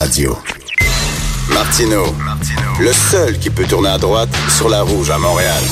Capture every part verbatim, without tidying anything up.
radio. Martineau, le seul qui peut tourner à droite sur la rouge à Montréal.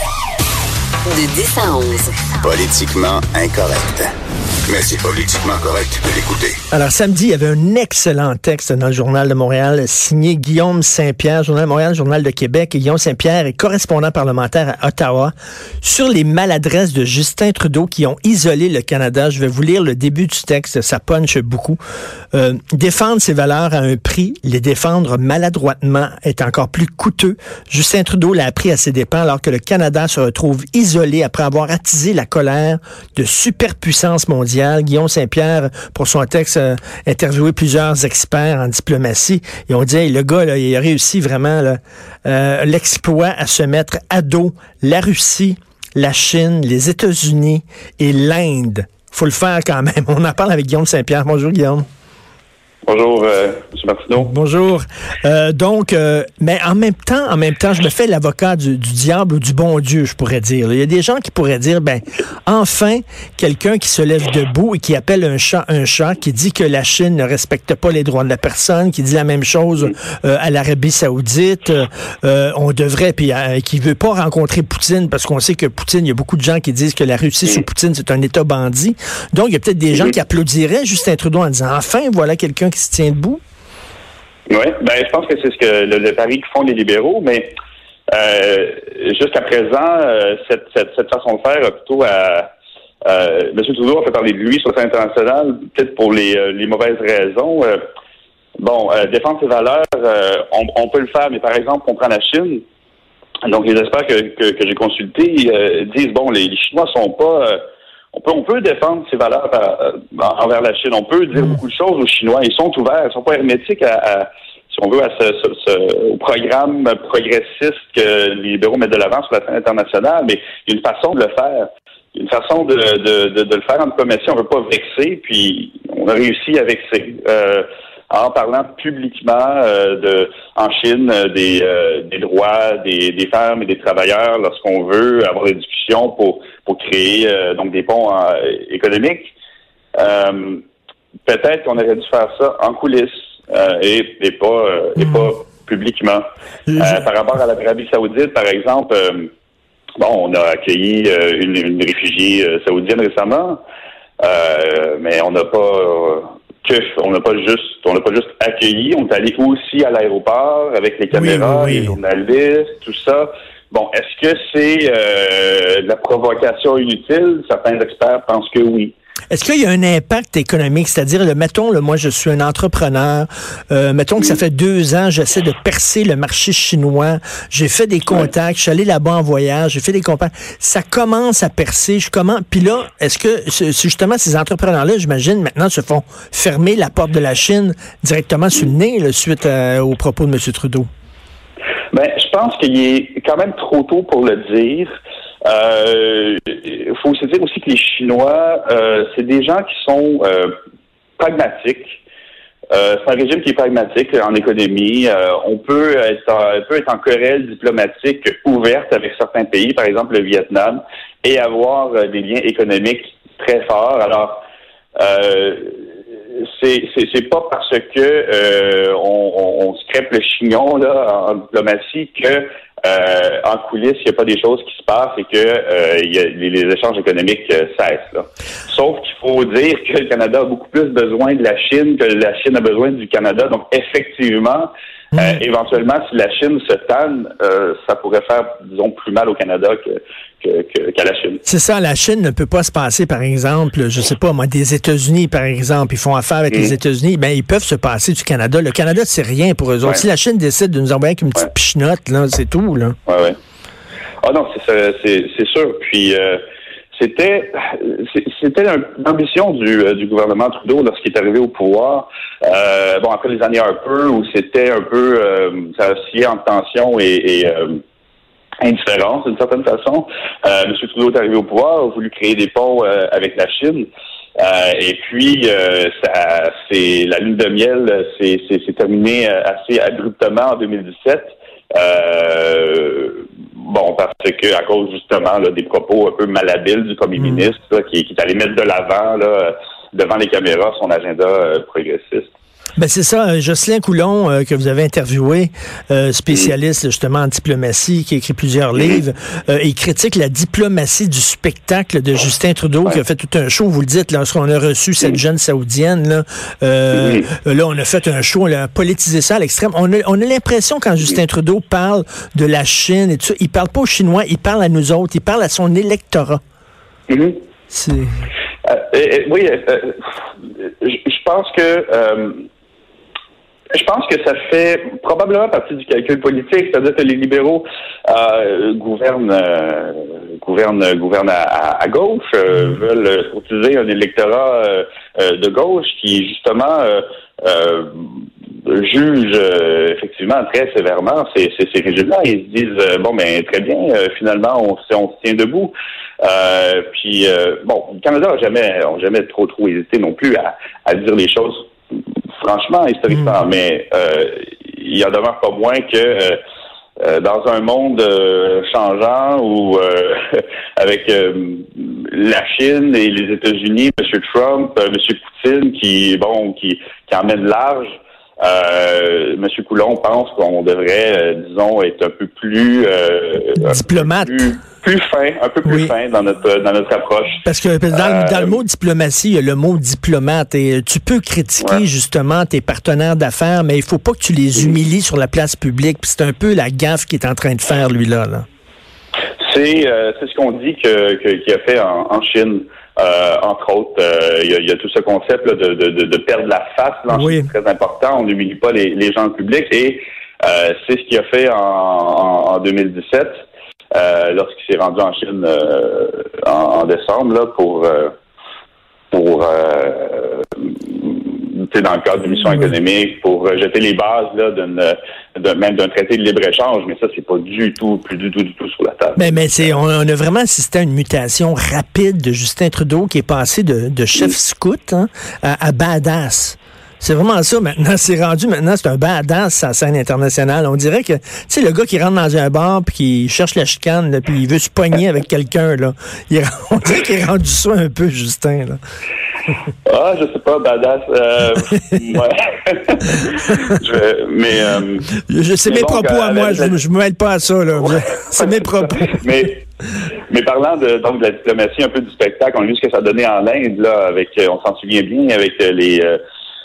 De dix à onze. Politiquement incorrect. Mais c'est politiquement correct de l'écouter. Alors, samedi, il y avait un excellent texte dans le Journal de Montréal signé Guillaume Saint-Pierre, Journal de Montréal, Journal de Québec. Et Guillaume Saint-Pierre est correspondant parlementaire à Ottawa sur les maladresses de Justin Trudeau qui ont isolé le Canada. Je vais vous lire le début du texte, ça punch beaucoup. Euh, défendre ses valeurs à un prix, les défendre maladroitement est encore plus coûteux. Justin Trudeau l'a appris à ses dépens alors que le Canada se retrouve isolé après avoir attisé la colère de superpuissances mondiales. Guillaume Saint-Pierre, pour son texte, a interviewé plusieurs experts en diplomatie. Et on dit, hey, le gars, là, il a réussi vraiment là, euh, l'exploit à se mettre à dos la Russie, la Chine, les États-Unis et l'Inde. Faut le faire quand même. On en parle avec Guillaume Saint-Pierre. Bonjour, Guillaume. Bonjour, euh, M. Martineau. Bonjour. Euh, donc, euh, mais en même temps, en même temps, je me fais l'avocat du, du diable ou du bon Dieu, je pourrais dire. Il y a des gens qui pourraient dire, ben, enfin, quelqu'un qui se lève debout et qui appelle un chat un chat, qui dit que la Chine ne respecte pas les droits de la personne, qui dit la même chose euh, à l'Arabie Saoudite. Euh, on devrait, puis euh, qui veut pas rencontrer Poutine parce qu'on sait que Poutine, il y a beaucoup de gens qui disent que la Russie sous Poutine, c'est un État bandit. Donc, il y a peut-être des gens qui applaudiraient Justin Trudeau en disant, enfin, voilà quelqu'un qui se tient debout? Oui, ben je pense que c'est ce que le, le pari que font les libéraux, mais euh, jusqu'à présent, euh, cette, cette, cette façon de faire a plutôt à euh, M. Trudeau a fait parler de lui sur le plan international, peut-être pour les, euh, les mauvaises raisons. Euh, bon, euh, défendre ses valeurs, euh, on, on peut le faire, mais par exemple, on prend la Chine. Donc les experts que, que, que j'ai consultés euh, disent bon, les, les Chinois sont pas euh, On peut, on peut défendre ces valeurs euh, envers la Chine. On peut dire beaucoup de choses aux Chinois. Ils sont ouverts. Ils sont pas hermétiques à, à si on veut, à ce, ce, ce, au programme progressiste que les libéraux mettent de l'avant sur la scène internationale. Mais il y a une façon de le faire. Il y a une façon de, de, de, de le faire en diplomatie. On ne veut pas vexer, puis on a réussi à vexer. Euh, en parlant publiquement euh, de en Chine euh, des, euh, des droits des, des femmes et des travailleurs lorsqu'on veut avoir des discussions pour pour créer euh, donc des ponts euh, économiques. Euh, peut-être qu'on aurait dû faire ça en coulisses euh, et, et pas euh, et pas publiquement. Euh, par rapport à l'Arabie Saoudite, par exemple, euh, bon, on a accueilli euh, une, une réfugiée euh, saoudienne récemment, euh, mais on n'a pas euh, que on n'a pas juste on n'a pas juste accueilli, on est allé aussi à l'aéroport avec les caméras, oui, oui, oui. les journalistes, tout ça. Bon, est-ce que c'est euh, de la provocation inutile? Certains experts pensent que oui. Est-ce qu'il y a un impact économique? C'est-à-dire, le, mettons, le, moi, je suis un entrepreneur. Euh, mettons que ça fait deux ans, j'essaie de percer le marché chinois. J'ai fait des contacts. Je suis allé là-bas en voyage. J'ai fait des contacts. Ça commence à percer. Je commence. Puis là, est-ce que, c'est justement, ces entrepreneurs-là, j'imagine, maintenant, se font fermer la porte de la Chine directement sur le nez, là, suite à, aux propos de M. Trudeau? Ben, je pense qu'il est quand même trop tôt pour le dire. Euh, il faut se dire aussi que les Chinois, euh, c'est des gens qui sont euh, pragmatiques. Euh, c'est un régime qui est pragmatique en économie. Euh, on peut être, en, peut être en querelle diplomatique ouverte avec certains pays, par exemple le Vietnam, et avoir euh, des liens économiques très forts. Alors, euh, c'est, c'est, c'est pas parce que euh, on, on, on se crêpe le chignon là en diplomatie que Euh, en coulisses, il n'y a pas des choses qui se passent et que euh, y a, les, les échanges économiques euh, cessent. Là. Sauf qu'il faut dire que le Canada a beaucoup plus besoin de la Chine que la Chine a besoin du Canada. Donc, effectivement, mmh. euh, éventuellement, si la Chine se tanne, euh, ça pourrait faire, disons, plus mal au Canada que, que, que, qu'à la Chine. C'est ça, la Chine ne peut pas se passer, par exemple, je sais pas, moi, des États-Unis, par exemple. Ils font affaire avec mmh. les États-Unis. Ben, ils peuvent se passer du Canada. Le Canada, c'est rien pour eux autres. Ouais. Si la Chine décide de nous envoyer avec une petite ouais. pichenotte, là, c'est tout. Là. Ouais, ouais. Ah non, c'est, c'est, c'est sûr. Puis euh, c'était c'était l'ambition du, du gouvernement Trudeau lorsqu'il est arrivé au pouvoir. Euh, bon, après les années un peu où c'était un peu euh, ça oscillait en tension et, et euh, indifférence d'une certaine façon. Euh, M. Trudeau est arrivé au pouvoir, a voulu créer des ponts euh, avec la Chine. Euh, et puis, euh, ça, c'est la lune de miel, c'est, c'est, c'est terminé assez abruptement en deux mille dix-sept. Euh, bon, parce que à cause justement là, des propos un peu malhabiles du premier mmh. ministre là, qui, qui est allé mettre de l'avant là, devant les caméras son agenda euh, progressiste. Ben c'est ça, euh, Jocelyn Coulon, euh, que vous avez interviewé, euh, spécialiste justement en diplomatie, qui a écrit plusieurs livres, euh, il critique la diplomatie du spectacle de Justin Trudeau, ouais. qui a fait tout un show, vous le dites, lorsqu'on a reçu cette jeune saoudienne, là, euh, là on a fait un show, on a politisé ça à l'extrême. On a, on a l'impression quand Justin Trudeau parle de la Chine et tout ça, il parle pas aux Chinois, il parle à nous autres, il parle à son électorat. Mm-hmm. C'est... Euh, euh, oui, euh, je, je pense que... Euh, Je pense que ça fait probablement partie du calcul politique, c'est-à-dire que les libéraux euh, gouvernent, euh, gouvernent, gouvernent à, à gauche, euh, veulent utiliser un électorat euh, de gauche qui justement euh, euh, juge euh, effectivement très sévèrement ces, ces, ces régimes-là. Ils se disent euh, bon, ben très bien, euh, finalement on, on se tient debout. Euh, puis euh, bon, le Canada n'a jamais, a jamais trop trop hésité non plus à, à dire les choses. Franchement, historiquement, mmh. mais euh, il en demeure pas moins que euh, euh, dans un monde euh, changeant où euh, avec euh, la Chine et les États-Unis, M. Trump, euh, M. Poutine qui bon qui, qui emmène large, euh, M. Coulon pense qu'on devrait, euh, disons, être un peu plus euh, diplomate. Un peu plus, plus fin, un peu plus oui. fin dans notre dans notre approche. Parce que dans, euh, dans le mot diplomatie, il y a le mot diplomate et tu peux critiquer ouais. justement tes partenaires d'affaires, mais il faut pas que tu les humilies sur la place publique. Puis c'est un peu la gaffe qu'il est en train de faire lui là. là. C'est euh, c'est ce qu'on dit que, que qu'il a fait en, en Chine. Euh, entre autres, euh, il y, a, il y a tout ce concept là, de, de, de perdre la face. Là, oui. C'est très important. On n'humilie pas les, les gens publics et euh, c'est ce qu'il a fait en, en, en deux mille dix-sept euh, lorsqu'il s'est rendu en Chine euh, en, en décembre là, pour euh, pour euh, dans le cadre d'une mission oui. économique, pour jeter les bases là d'une, d'un, même d'un traité de libre-échange, mais ça, c'est pas du tout, plus du tout, du tout sur la table. Mais, mais c'est, on, on a vraiment assisté à une mutation rapide de Justin Trudeau qui est passé de, de chef oui. scout hein, à, à badass. C'est vraiment ça maintenant. C'est rendu maintenant, c'est un badass à la scène internationale. On dirait que, tu sais, le gars qui rentre dans un bar puis qui cherche la chicane, là, puis il veut se pogner avec quelqu'un, là. Il, on dirait qu'il est rendu ça un peu, Justin, là. Ah, je sais pas, badass. Euh, ouais. je, mais euh, je, c'est mais mes donc, propos à euh, moi. la, je, je me mêle pas à ça là. Ouais. C'est mes propos. mais mais parlant de donc de la diplomatie, un peu du spectacle, on a vu ce que ça donnait en Inde là, avec, on s'en souvient bien, avec les euh,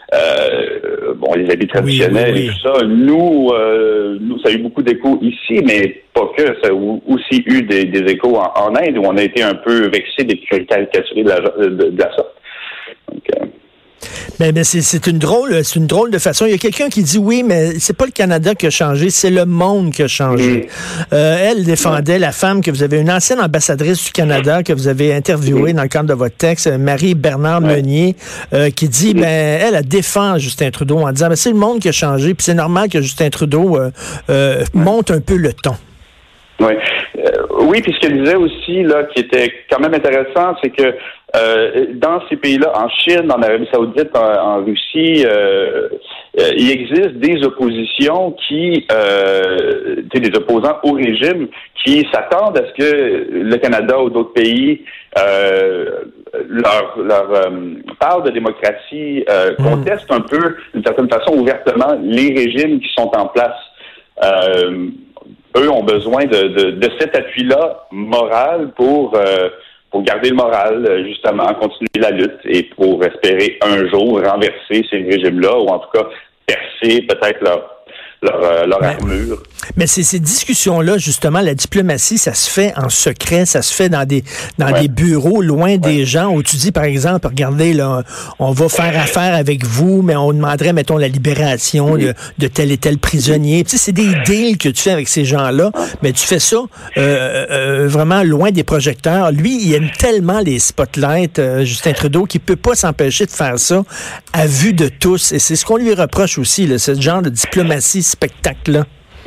euh, bon les habits traditionnels oui, oui, oui. et tout ça. Nous, euh, nous, ça a eu beaucoup d'échos ici, mais pas que. Ça a aussi eu des, des échos en, en Inde où on a été un peu vexés d'être caricaturés de la de, de la sorte. Donc, euh... Mais, mais c'est, c'est une drôle, c'est une drôle de façon. Il y a quelqu'un qui dit oui, mais c'est pas le Canada qui a changé, c'est le monde qui a changé. Mmh. Euh, elle défendait mmh. la femme que vous avez, une ancienne ambassadrice du Canada que vous avez interviewée mmh. dans le cadre de votre texte, Marie-Bernard ouais. Meunier, euh, qui dit, mmh. ben, elle, elle défend Justin Trudeau en disant, ben, c'est le monde qui a changé, puis c'est normal que Justin Trudeau euh, euh, monte un peu le ton. Oui, euh, oui, puis ce qu'elle disait aussi là, qui était quand même intéressant, c'est que euh, dans ces pays-là, en Chine, en Arabie Saoudite, en, en Russie, euh, euh, il existe des oppositions qui, euh, des opposants au régime, qui s'attendent à ce que le Canada ou d'autres pays euh, leur, leur euh, parle de démocratie, euh, mmh. contestent un peu, d'une certaine façon, ouvertement, les régimes qui sont en place. Euh, Eux ont besoin de, de, de cet appui-là moral pour euh, pour garder le moral, justement, continuer la lutte et pour espérer un jour renverser ces régimes-là ou en tout cas percer peut-être leur leur, leur armure. Mais c'est ces discussions-là, justement, la diplomatie, ça se fait en secret, ça se fait dans des dans ouais. des bureaux loin ouais. des gens où tu dis, par exemple, regardez, là, on va faire affaire avec vous, mais on demanderait, mettons, la libération de, de tel et tel prisonnier. Tu sais, c'est des deals que tu fais avec ces gens-là, mais tu fais ça euh, euh, vraiment loin des projecteurs. Lui, il aime tellement les spotlights, euh, Justin Trudeau, qu'il peut pas s'empêcher de faire ça à vue de tous. Et c'est ce qu'on lui reproche aussi, là, ce genre de diplomatie spectacle-là.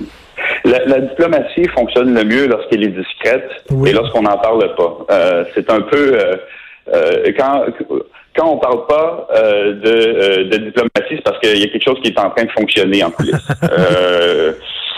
La, la diplomatie fonctionne le mieux lorsqu'elle est discrète oui. et lorsqu'on n'en parle pas. Euh, c'est un peu euh, euh, quand quand on parle pas euh, de, euh, de diplomatie, c'est parce qu'il y a quelque chose qui est en train de fonctionner en coulisses. euh,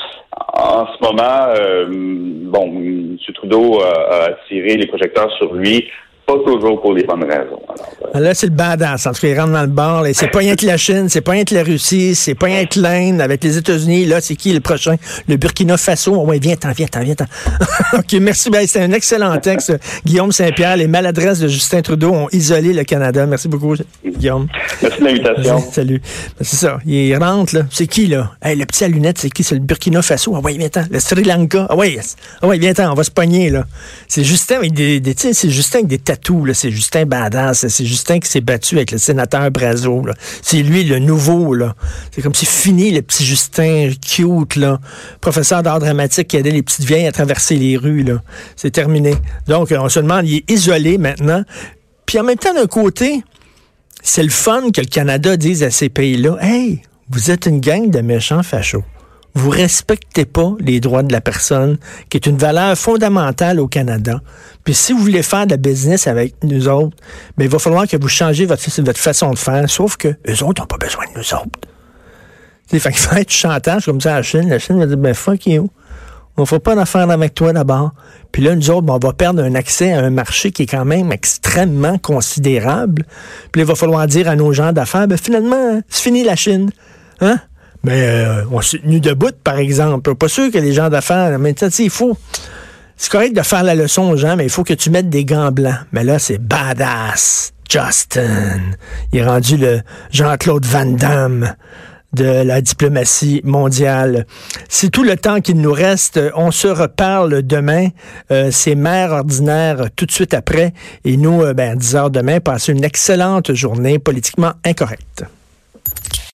en ce moment, euh, bon, M. Trudeau a, a attiré les projecteurs sur lui pas toujours pour les bonnes raisons. Alors, euh... Là, c'est le badass. En tout cas, il rentre dans le bar. Là. C'est pas rien que la Chine, c'est pas rien que la Russie, c'est pas rien que l'Inde avec les États-Unis. Là, c'est qui le prochain? Le Burkina Faso. Oh, ouais, viens-t'en, viens-t'en, viens-t'en. OK, merci. Ben, c'est un excellent texte. Guillaume Saint-Pierre, les maladresses de Justin Trudeau ont isolé le Canada. Merci beaucoup, Guillaume. Merci de l'invitation. Salut. Ben, c'est ça. Il rentre, là. C'est qui, là? Hey, le petit à lunettes, c'est qui? C'est le Burkina Faso. Ah, ouais, viens-t'en. Le Sri Lanka. Ah, ouais, ah, ouais, viens-t'en. On va se pogner, là. C'est Justin avec des, des tu sais, c'est Justin avec des tatous, là. C'est Justin badass. C'est Justin qui s'est battu avec le sénateur Brazo, là. C'est lui, le nouveau, là. C'est comme si fini, le petit Justin cute, là. Professeur d'art dramatique qui aidait les petites vieilles à traverser les rues, là. C'est terminé. Donc, on se demande, il est isolé maintenant. Puis en même temps, d'un côté, c'est le fun que le Canada dise à ces pays-là, « Hey, vous êtes une gang de méchants fachos. Vous respectez pas les droits de la personne, qui est une valeur fondamentale au Canada. Puis si vous voulez faire de la business avec nous autres, bien, il va falloir que vous changez votre, votre façon de faire, sauf que eux autres n'ont pas besoin de nous autres. » T'sais, fait qu'il faut être chantage comme ça à la Chine. La Chine va dire, ben fuck you. On ne fera pas d'affaires avec toi d'abord. Puis là, nous autres, ben, on va perdre un accès à un marché qui est quand même extrêmement considérable. Puis là, il va falloir dire à nos gens d'affaires, ben finalement, c'est fini la Chine. Hein? Mais euh, on s'est tenu debout, par exemple. Pas sûr que les gens d'affaires, mais tu sais, il faut... C'est correct de faire la leçon aux gens, mais il faut que tu mettes des gants blancs. Mais là, c'est badass. Justin. Il est rendu le Jean-Claude Van Damme de la diplomatie mondiale. C'est tout le temps qu'il nous reste. On se reparle demain. Euh, c'est Mère ordinaire tout de suite après. Et nous, euh, ben, à dix heures demain, passez une excellente journée politiquement incorrecte.